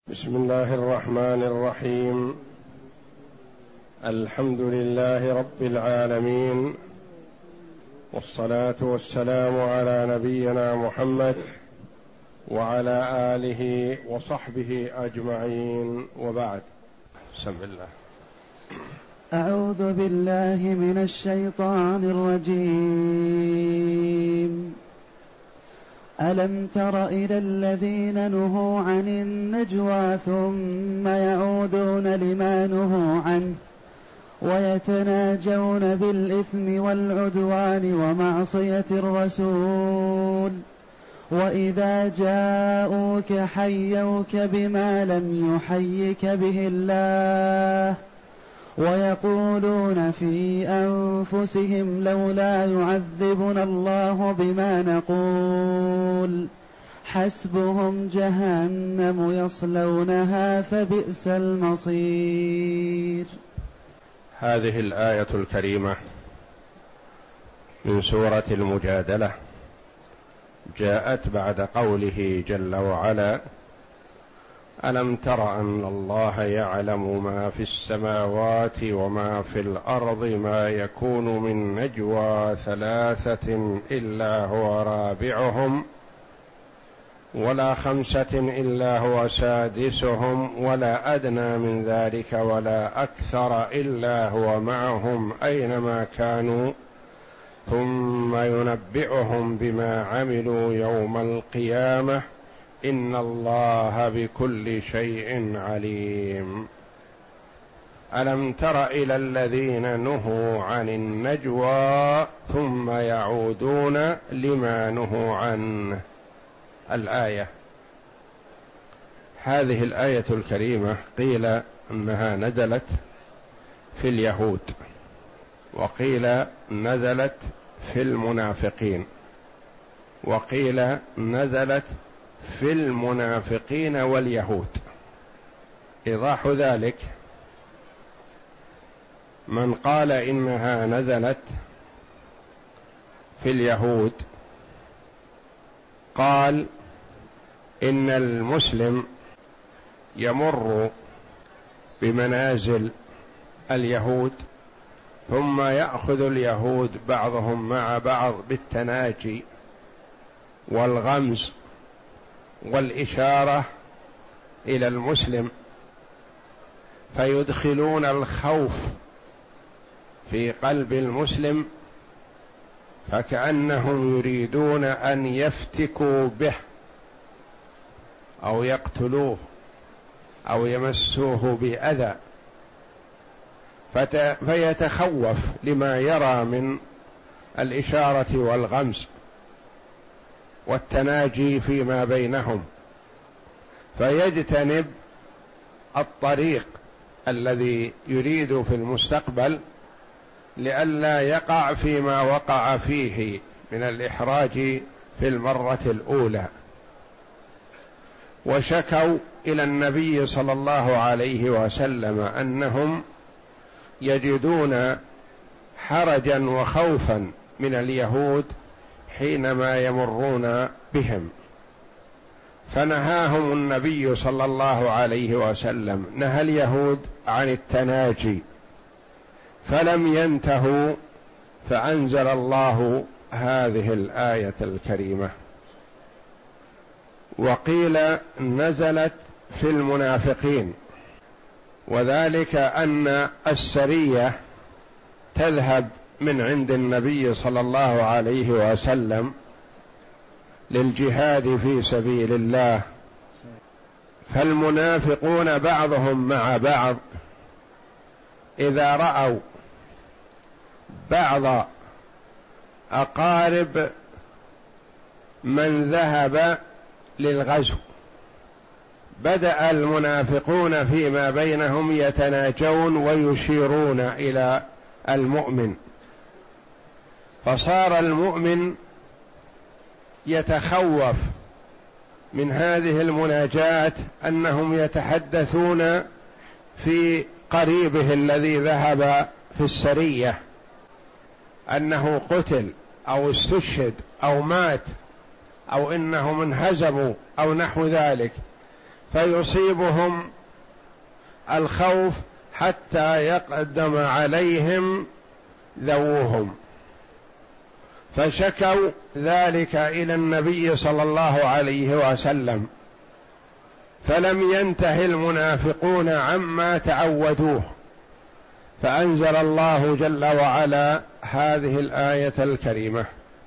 بسم الله الرحمن الرحيم. الحمد لله رب العالمين، والصلاة والسلام على نبينا محمد وعلى آله وصحبه أجمعين، وبعد. بسم الله. أعوذ بالله من الشيطان الرجيم. ألم تر إلى الذين نهوا عن النجوى ثم يعودون لما نهوا عنه ويتناجون بالإثم والعدوان ومعصية الرسول وإذا جاءوك حيوك بما لم يحيك به الله ويقولون في أنفسهم لولا يعذبنا الله بما نقول حسبهم جهنم يصلونها فبئس المصير. هذه الآية الكريمة من سورة المجادلة جاءت بعد قوله جل وعلا: ألم تر أن الله يعلم ما في السماوات وما في الأرض ما يكون من نجوى ثلاثة إلا هو رابعهم ولا خمسة إلا هو سادسهم ولا أدنى من ذلك ولا أكثر إلا هو معهم أينما كانوا ثم ينبئهم بما عملوا يوم القيامة إن الله بكل شيء عليم. ألم تر إلى الذين نهوا عن النجوى ثم يعودون لما نهوا عنه. الآية، هذه الآية الكريمة قيل أنها نزلت في اليهود، وقيل نزلت في المنافقين، وقيل نزلت في المنافقين واليهود. إيضاح ذلك: من قال إنها نزلت في اليهود قال إن المسلم يمر بمنازل اليهود ثم يأخذ اليهود بعضهم مع بعض بالتناجي والغمز والإشارة إلى المسلم، فيدخلون الخوف في قلب المسلم فكأنهم يريدون أن يفتكوا به أو يقتلوه أو يمسوه بأذى، فيتخوف لما يرى من الإشارة والغمز والتناجي فيما بينهم، فيجتنب الطريق الذي يريد في المستقبل لئلا يقع فيما وقع فيه من الإحراج في المرة الأولى. وشكوا إلى النبي صلى الله عليه وسلم أنهم يجدون حرجا وخوفا من اليهود حينما يمرون بهم، فنهاهم النبي صلى الله عليه وسلم، نهى اليهود عن التناجي فلم ينتهوا، فأنزل الله هذه الآية الكريمة. وقيل نزلت في المنافقين، وذلك أن السرية تذهب من عند النبي صلى الله عليه وسلم للجهاد في سبيل الله، فالمنافقون بعضهم مع بعض إذا رأوا بعض أقارب من ذهب للغزو بدأ المنافقون فيما بينهم يتناجون ويشيرون إلى المؤمن، فصار المؤمن يتخوف من هذه المناجاة أنهم يتحدثون في قريبه الذي ذهب في السرية أنه قتل أو استشهد أو مات أو إنهم انهزموا أو نحو ذلك، فيصيبهم الخوف حتى يقدم عليهم ذووهم، فشكوا ذلك إلى النبي صلى الله عليه وسلم، فلم ينته المنافقون عما تعودوه، فأنزل الله جل وعلا هذه الآية الكريمة.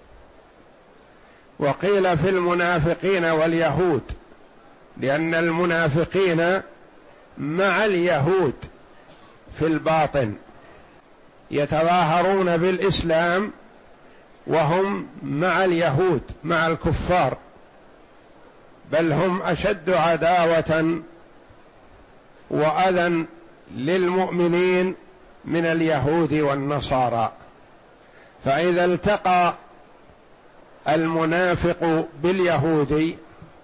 وقيل في المنافقين واليهود، لأن المنافقين مع اليهود في الباطن يتظاهرون بالإسلام وهم مع اليهود مع الكفار، بل هم أشد عداوة وأذى للمؤمنين من اليهود والنصارى. فإذا التقى المنافق باليهودي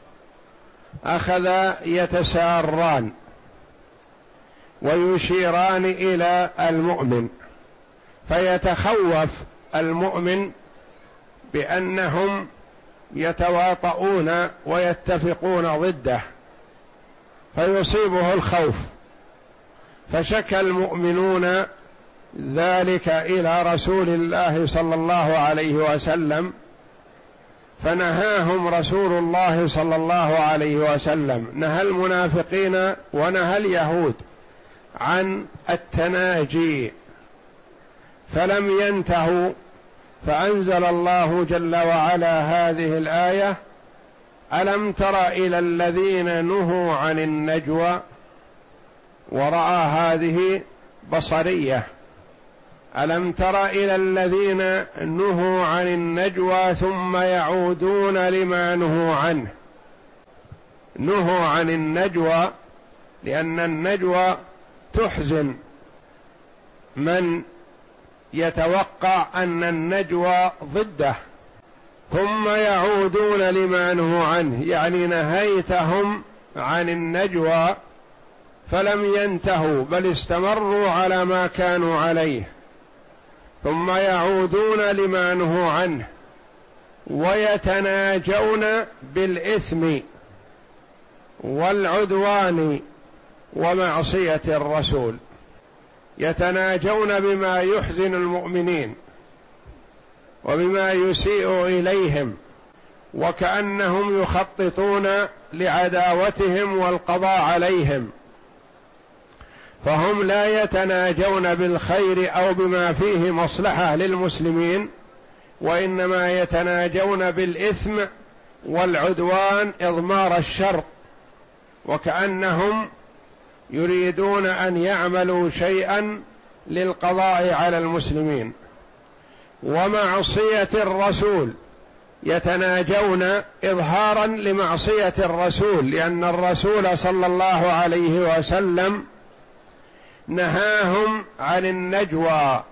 أخذ يتساران ويشيران إلى المؤمن، فيتخوف المؤمن بأنهم يتواطؤون ويتفقون ضده، فيصيبه الخوف، فشكى المؤمنون ذلك إلى رسول الله صلى الله عليه وسلم، فنهاهم رسول الله صلى الله عليه وسلم، نهى المنافقين ونهى اليهود عن التناجي، فلم ينتهوا، فأنزل الله جل وعلا هذه الآية: ألم تر إلى الذين نهوا عن النجوى، ورأى هذه بصرية، ألم تر إلى الذين نهوا عن النجوى ثم يعودون لما نهوا عنه. نهوا عن النجوى لأن النجوى تحزن من يتوقع أن النجوى ضده، ثم يعودون لما نهوا عنه، يعني نهيتهم عن النجوى فلم ينتهوا بل استمروا على ما كانوا عليه، ثم يعودون لما نهوا عنه ويتناجون بالإثم والعدوان ومعصية الرسول، يتناجون بما يحزن المؤمنين وبما يسيء إليهم، وكأنهم يخططون لعداوتهم والقضاء عليهم، فهم لا يتناجون بالخير أو بما فيه مصلحة للمسلمين، وإنما يتناجون بالإثم والعدوان إضمار الشر، وكأنهم يريدون أن يعملوا شيئا للقضاء على المسلمين. ومعصية الرسول يتناجون إظهارا لمعصية الرسول، لأن الرسول صلى الله عليه وسلم نهاهم عن النجوى،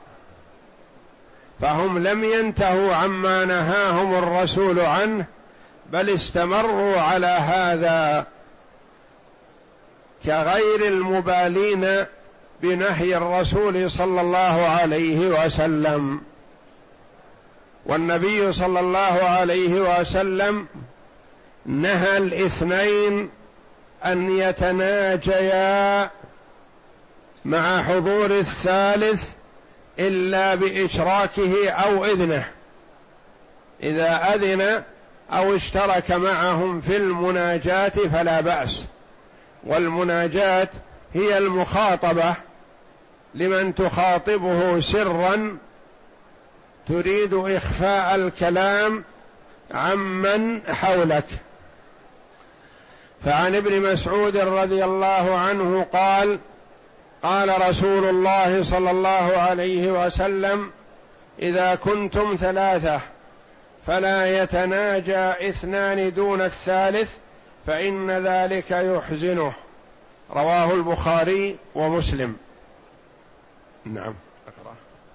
فهم لم ينتهوا عما نهاهم الرسول عنه بل استمروا على هذا، كغير المبالين بنهي الرسول صلى الله عليه وسلم. والنبي صلى الله عليه وسلم نهى الاثنين أن يتناجيا مع حضور الثالث إلا بإشراكه أو إذنه، إذا أذن أو اشترك معهم في المناجاة فلا بأس. والمناجاة هي المخاطبة لمن تخاطبه سرا تريد إخفاء الكلام عمن حولك. فعن ابن مسعود رضي الله عنه قال: قال رسول الله صلى الله عليه وسلم: إذا كنتم ثلاثة فلا يتناجى اثنان دون الثالث فإن ذلك يحزنه. رواه البخاري ومسلم. نعم، أقرأ.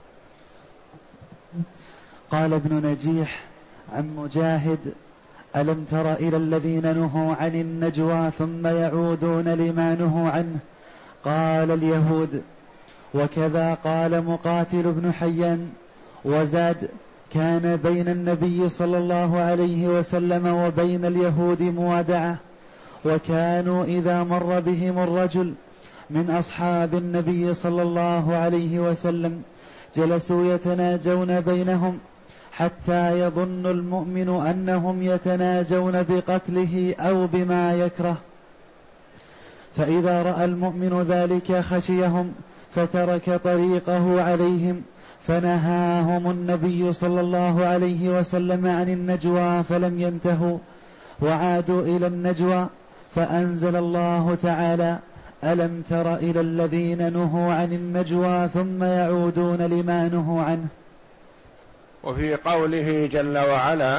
قال ابن نجيح عن مجاهد: ألم تر إلى الذين نهوا عن النجوى ثم يعودون لما نهوا عنه؟ قال: اليهود. وكذا قال مقاتل بن حيان. وزاد: كان بين النبي صلى الله عليه وسلم وبين اليهود موادعة، وكانوا إذا مر بهم الرجل من أصحاب النبي صلى الله عليه وسلم جلسوا يتناجون بينهم حتى يظن المؤمن أنهم يتناجون بقتله أو بما يكره، فإذا رأى المؤمن ذلك خشيهم فترك طريقه عليهم، فنهاهم النبي صلى الله عليه وسلم عن النجوى فلم ينتهوا وعادوا إلى النجوى، فأنزل الله تعالى: ألم تر إلى الذين نهوا عن النجوى ثم يعودون لما نهوا عنه. وفي قوله جل وعلا: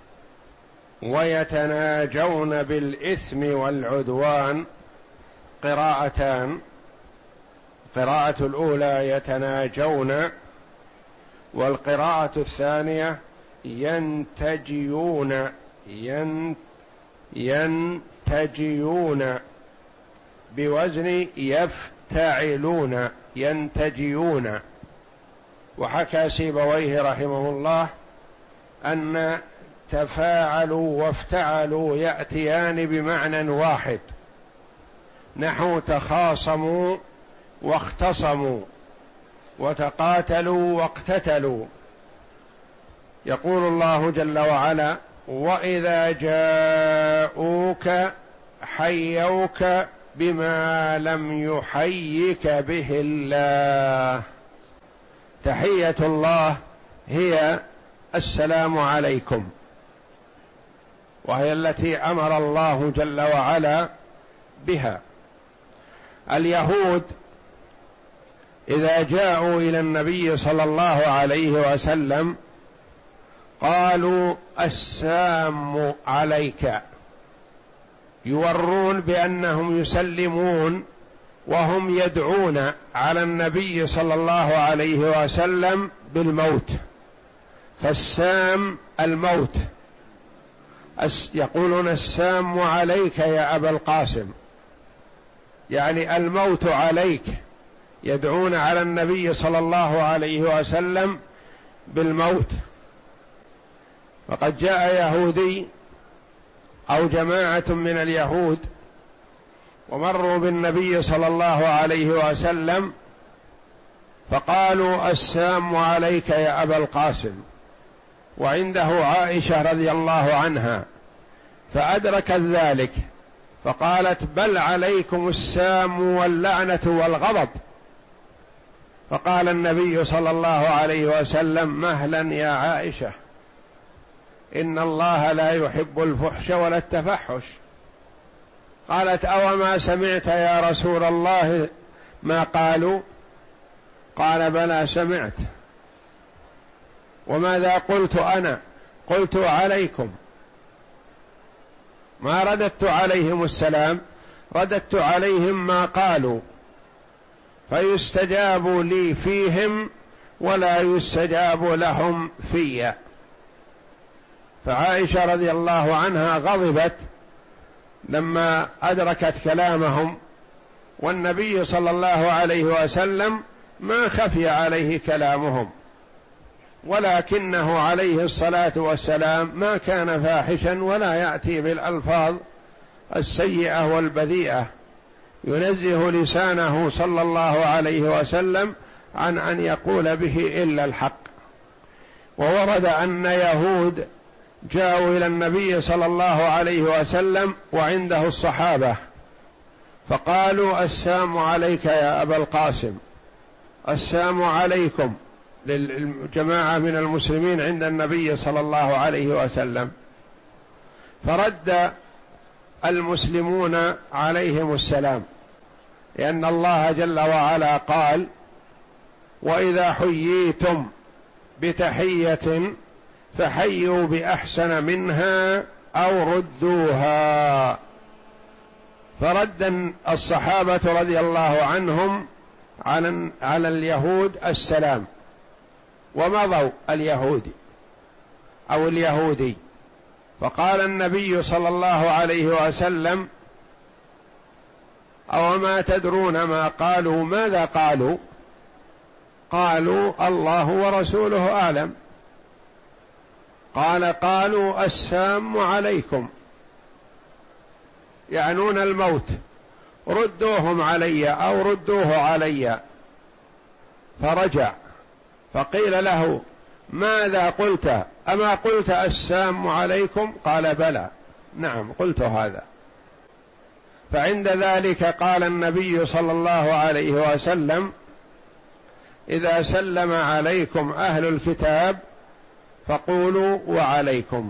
ويتناجون بالإثم والعدوان قراءتان، القراءة الأولى يتناجون، والقراءة الثانية ينتجيون، ينتجيون بوزن يفتعلون، ينتجيون. وحكى سيبويه رحمه الله أن تفاعلوا وافتعلوا يأتيان بمعنى واحد، نحو تخاصموا واختصموا وتقاتلوا واقتتلوا. يقول الله جل وعلا: وإذا جاءوك حيوك بما لم يحيك به الله. تحية الله هي السلام عليكم، وهي التي أمر الله جل وعلا بها. اليهود إذا جاءوا إلى النبي صلى الله عليه وسلم قالوا: السام عليك، يورون بأنهم يسلمون وهم يدعون على النبي صلى الله عليه وسلم بالموت، فالسام الموت، يقولون: السام عليك يا أبا القاسم، يعني الموت عليك، يدعون على النبي صلى الله عليه وسلم بالموت. وقد جاء يهودي أو جماعة من اليهود ومروا بالنبي صلى الله عليه وسلم فقالوا: السام عليك يا أبا القاسم، وعنده عائشة رضي الله عنها، فأدركت ذلك فقالت: بل عليكم السام واللعنة والغضب. فقال النبي صلى الله عليه وسلم: مهلا يا عائشة، إن الله لا يحب الفحش ولا التفحش. قالت: أوما سمعت يا رسول الله ما قالوا؟ قال: بلى سمعت. وماذا قلت أنا؟ قلت عليكم، ما رددت عليهم السلام، رددت عليهم ما قالوا، فيستجاب لي فيهم ولا يستجاب لهم في. فعائشة رضي الله عنها غضبت لما أدركت كلامهم، والنبي صلى الله عليه وسلم ما خفي عليه كلامهم، ولكنه عليه الصلاة والسلام ما كان فاحشا ولا يأتي بالألفاظ السيئة والبذيئة، ينزه لسانه صلى الله عليه وسلم عن أن يقول به إلا الحق. وورد أن يهود جاءوا إلى النبي صلى الله عليه وسلم وعنده الصحابة فقالوا: السام عليك يا أبا القاسم، السام عليكم، للجماعة من المسلمين عند النبي صلى الله عليه وسلم. فرد المسلمون عليهم السلام، لأن الله جل وعلا قال: وإذا حييتم بتحية فحيوا بأحسن منها أو ردوها. فرد الصحابة رضي الله عنهم على اليهود السلام، ومضوا اليهودي أو اليهودي. فقال النبي صلى الله عليه وسلم: أوما تدرون ما قالوا؟ ماذا قالوا؟ قالوا: الله ورسوله أعلم. قال: قالوا: السام عليكم. يعنون الموت، ردوهم علي أو ردوه علي. فرجع فقيل له: ماذا قلت؟ أما قلت السام عليكم؟ قال: بلى، نعم قلت هذا. فعند ذلك قال النبي صلى الله عليه وسلم: إذا سلم عليكم أهل الكتاب فقولوا وعليكم،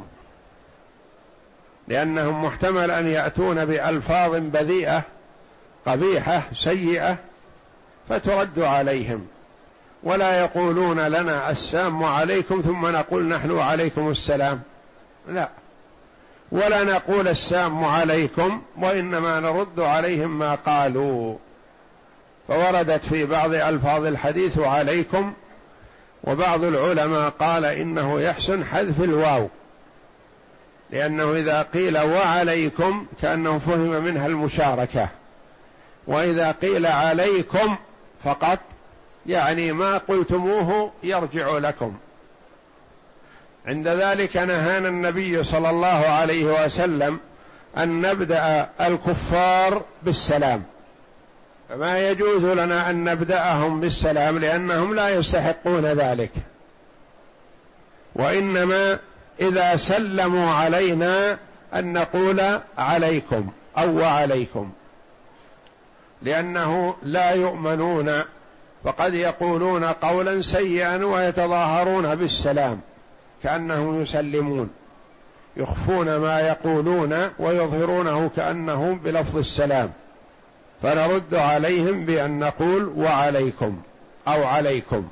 لأنهم محتمل أن يأتون بألفاظ بذيئة قبيحة سيئة فترد عليهم، ولا يقولون لنا السلام عليكم ثم نقول نحن وعليكم السلام، لا، ولا نقول السلام عليكم وإنما نرد عليهم ما قالوا. فوردت في بعض ألفاظ الحديث وعليكم، وبعض العلماء قال إنه يحسن حذف الواو، لأنه إذا قيل وعليكم كأنه فهم منها المشاركة، وإذا قيل عليكم فقط يعني ما قلتموه يرجع لكم. عند ذلك نهانا النبي صلى الله عليه وسلم أن نبدأ الكفار بالسلام، فما يجوز لنا أن نبدأهم بالسلام لأنهم لا يستحقون ذلك، وإنما إذا سلموا علينا أن نقول عليكم أو وعليكم، لأنه لا يؤمنون، فقد يقولون قولا سيئا ويتظاهرون بالسلام كأنهم يسلمون، يخفون ما يقولون ويظهرونه كأنهم بلفظ السلام، فنرد عليهم بأن نقول وعليكم أو عليكم.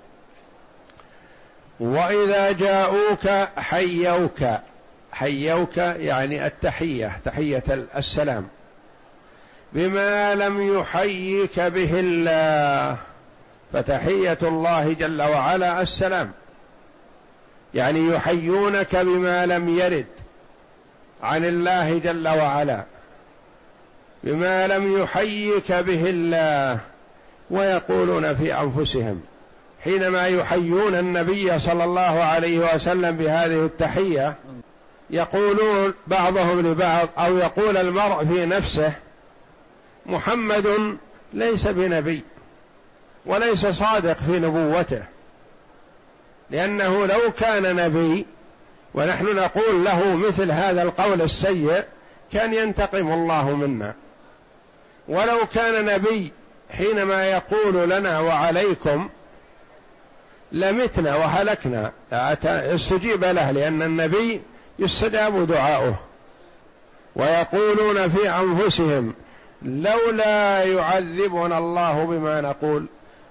وإذا جاءوك حيوك، حيوك يعني التحية، تحية السلام، بما لم يحيك به الله، فتحية الله جل وعلا السلام، يعني يحيونك بما لم يرد عن الله جل وعلا، بما لم يحيك به الله. ويقولون في أنفسهم حينما يحيون النبي صلى الله عليه وسلم بهذه التحية، يقولون بعضهم لبعض أو يقول المرء في نفسه: محمد ليس بنبي وليس صادق في نبوته، لأنه لو كان نبي ونحن نقول له مثل هذا القول السيء كان ينتقم الله منا، ولو كان نبي حينما يقول لنا وعليكم لمتنا وهلكنا، استجيب له، لأن النبي يستجاب دعاؤه. ويقولون في أنفسهم: لولا يعذبنا الله بما نقول،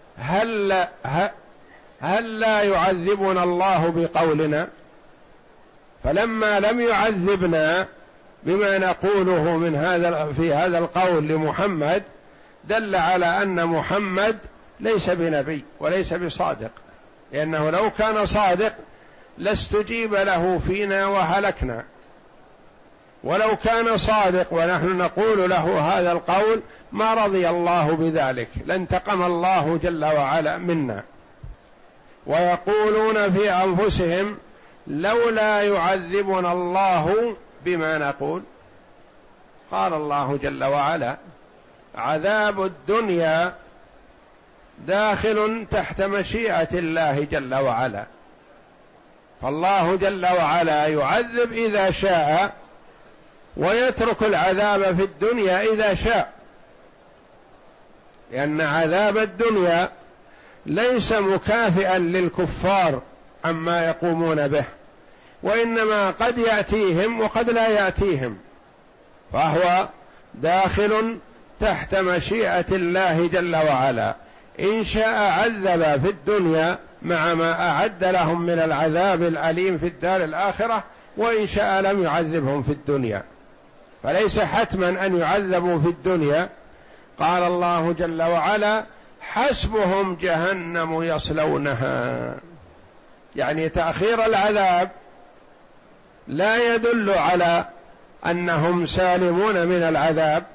هل لا يعذبنا الله بقولنا؟ فلما لم يعذبنا بما نقوله في هذا القول لمحمد دل على أن محمد ليس بنبي وليس بصادق، لأنه لو كان صادق لاستجيب له فينا وهلكنا، ولو كان صادق ونحن نقول له هذا القول ما رضي الله بذلك، لانتقم الله جل وعلا منا. ويقولون في أنفسهم: لولا يعذبنا الله بما نقول. قال الله جل وعلا: عذاب الدنيا داخل تحت مشيئة الله جل وعلا، فالله جل وعلا يعذب إذا شاء ويترك العذاب في الدنيا إذا شاء، لأن عذاب الدنيا ليس مكافئا للكفار عما يقومون به، وإنما قد يأتيهم وقد لا يأتيهم، فهو داخل تحت مشيئة الله جل وعلا. إن شاء عذب في الدنيا مع ما أعد لهم من العذاب الأليم في الدار الآخرة، وإن شاء لم يعذبهم في الدنيا، فليس حتما أن يعذبوا في الدنيا. قال الله جل وعلا: حسبهم جهنم يصلونها، يعني تأخير العذاب لا يدل على أنهم سالمون من العذاب،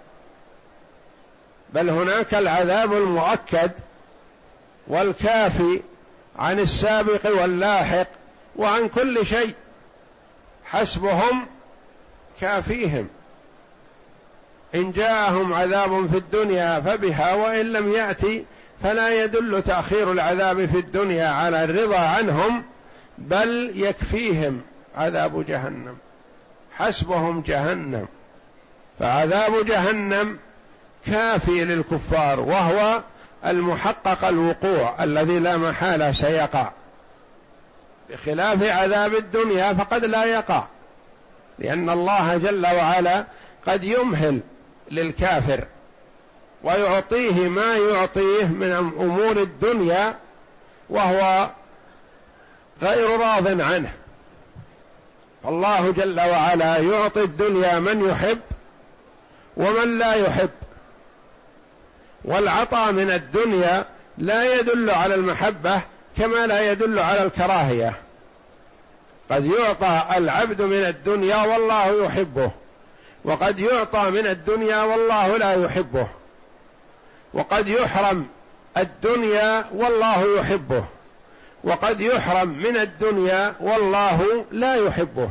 بل هناك العذاب المؤكد والكافي عن السابق واللاحق وعن كل شيء، حسبهم كافيهم. إن جاءهم عذاب في الدنيا فبها، وإن لم يأتي فلا يدل تأخير العذاب في الدنيا على الرضا عنهم، بل يكفيهم عذاب جهنم، حسبهم جهنم. فعذاب جهنم كافي للكفار، وهو المحقق الوقوع الذي لا محالة سيقع، بخلاف عذاب الدنيا فقد لا يقع، لأن الله جل وعلا قد يمهل للكافر ويعطيه ما يعطيه من أمور الدنيا وهو غير راض عنه. الله جل وعلا يعطي الدنيا من يحب ومن لا يحب، والعطاء من الدنيا لا يدل على المحبة كما لا يدل على الكراهية. قد يعطى العبد من الدنيا والله يحبه، وقد يعطى من الدنيا والله لا يحبه، وقد يحرم الدنيا والله يحبه، وقد يحرم من الدنيا والله لا يحبه.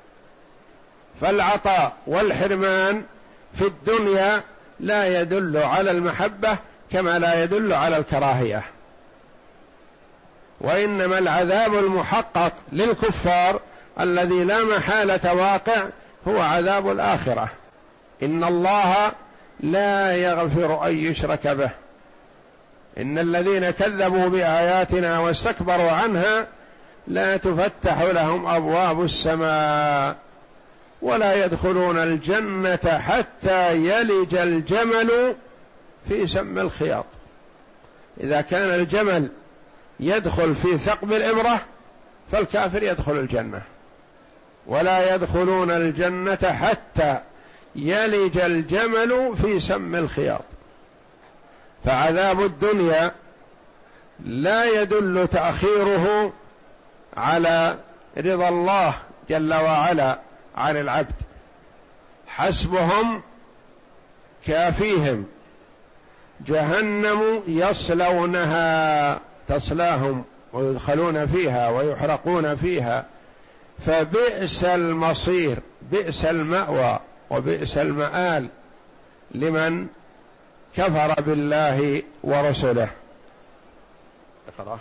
فالعطاء والحرمان في الدنيا لا يدل على المحبة كما لا يدل على الكراهية، وإنما العذاب المحقق للكفار الذي لا محالة واقع هو عذاب الآخرة. إن الله لا يغفر أن يشرك به، إن الذين كذبوا بآياتنا واستكبروا عنها لا تفتح لهم أبواب السماء ولا يدخلون الجنة حتى يلج الجمل في سم الخياط. إذا كان الجمل يدخل في ثقب الإبرة فالكافر يدخل الجنة، ولا يدخلون الجنة حتى يلج الجمل في سم الخياط. فعذاب الدنيا لا يدل تأخيره على رضا الله جل وعلا عن العبد، حسبهم كافيهم جهنم يصلونها، تصلاهم ويدخلون فيها ويحرقون فيها، فبئس المصير، بئس المأوى وبئس المآل لمن كفر بالله ورسله. اقرأ.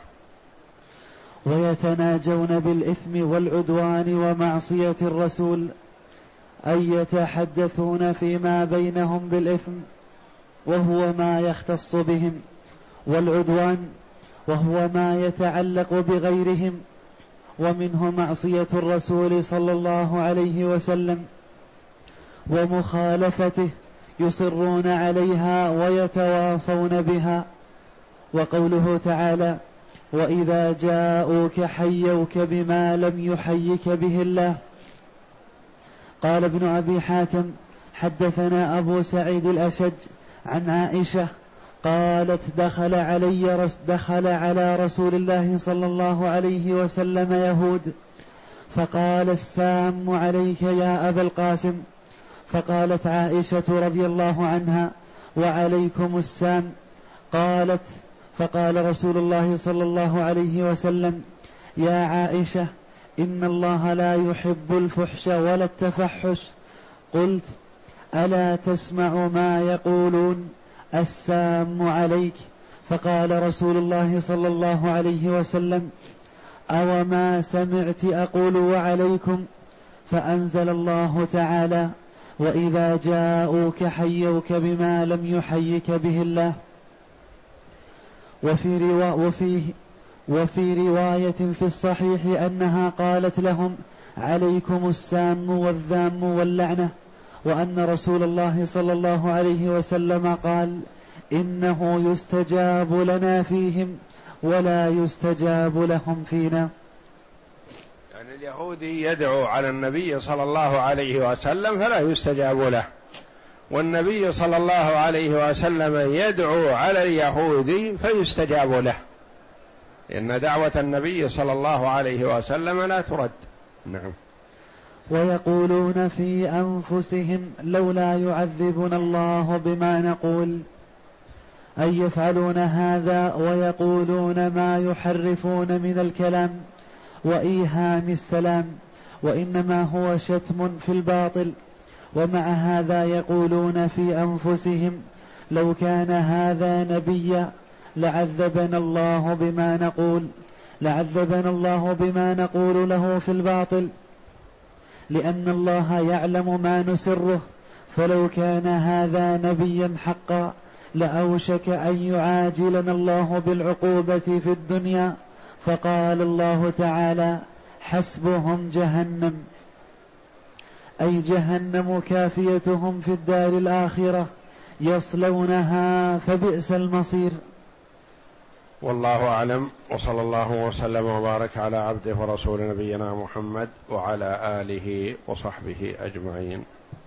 ويتناجون بالإثم والعدوان ومعصية الرسول، أي يتحدثون فيما بينهم بالإثم وهو ما يختص بهم، والعدوان وهو ما يتعلق بغيرهم، ومنه معصية الرسول صلى الله عليه وسلم ومخالفته، يصرون عليها ويتواصون بها. وقوله تعالى: وإذا جاءوك حيوك بما لم يحيك به الله. قال ابن أبي حاتم: حدثنا أبو سعيد الأشج عن عائشة قالت: دخل على رسول الله صلى الله عليه وسلم يهود، فقال: السام عليك يا أبا القاسم. فقالت عائشة رضي الله عنها: وعليكم السام. قالت: فقال رسول الله صلى الله عليه وسلم: يا عائشة، إن الله لا يحب الفحش ولا التفحش. قلت: ألا تسمع ما يقولون السام عليك؟ فقال رسول الله صلى الله عليه وسلم: أو ما سمعت أقول وعليكم؟ فأنزل الله تعالى: وإذا جاءوك حيوك بما لم يحيك به الله. وفي رواية في الصحيح أنها قالت لهم: عليكم السام والذام واللعنة. وأن رسول الله صلى الله عليه وسلم قال: إنه يستجاب لنا فيهم ولا يستجاب لهم فينا. يعني اليهودي يدعو على النبي صلى الله عليه وسلم فلا يستجاب له، والنبي صلى الله عليه وسلم يدعو على اليهودي فيستجاب له، لأن دعوة النبي صلى الله عليه وسلم لا ترد. نعم. ويقولون في أنفسهم: لولا يعذبنا الله بما نقول، أي يفعلون هذا ويقولون ما يحرفون من الكلام وإيهام السلام، وإنما هو شتم في الباطل. ومع هذا يقولون في أنفسهم لو كان هذا نبيا لعذبنا الله بما نقول له في الباطل، لأن الله يعلم ما نسره، فلو كان هذا نبيا حقا لأوشك أن يعاجلنا الله بالعقوبة في الدنيا. فقال الله تعالى: حسبهم جهنم، أي جهنم كافيتهم في الدار الآخرة يصلونها فبئس المصير. والله أعلم، وصلى الله وسلم وبارك على عبده ورسول نبينا محمد وعلى آله وصحبه أجمعين.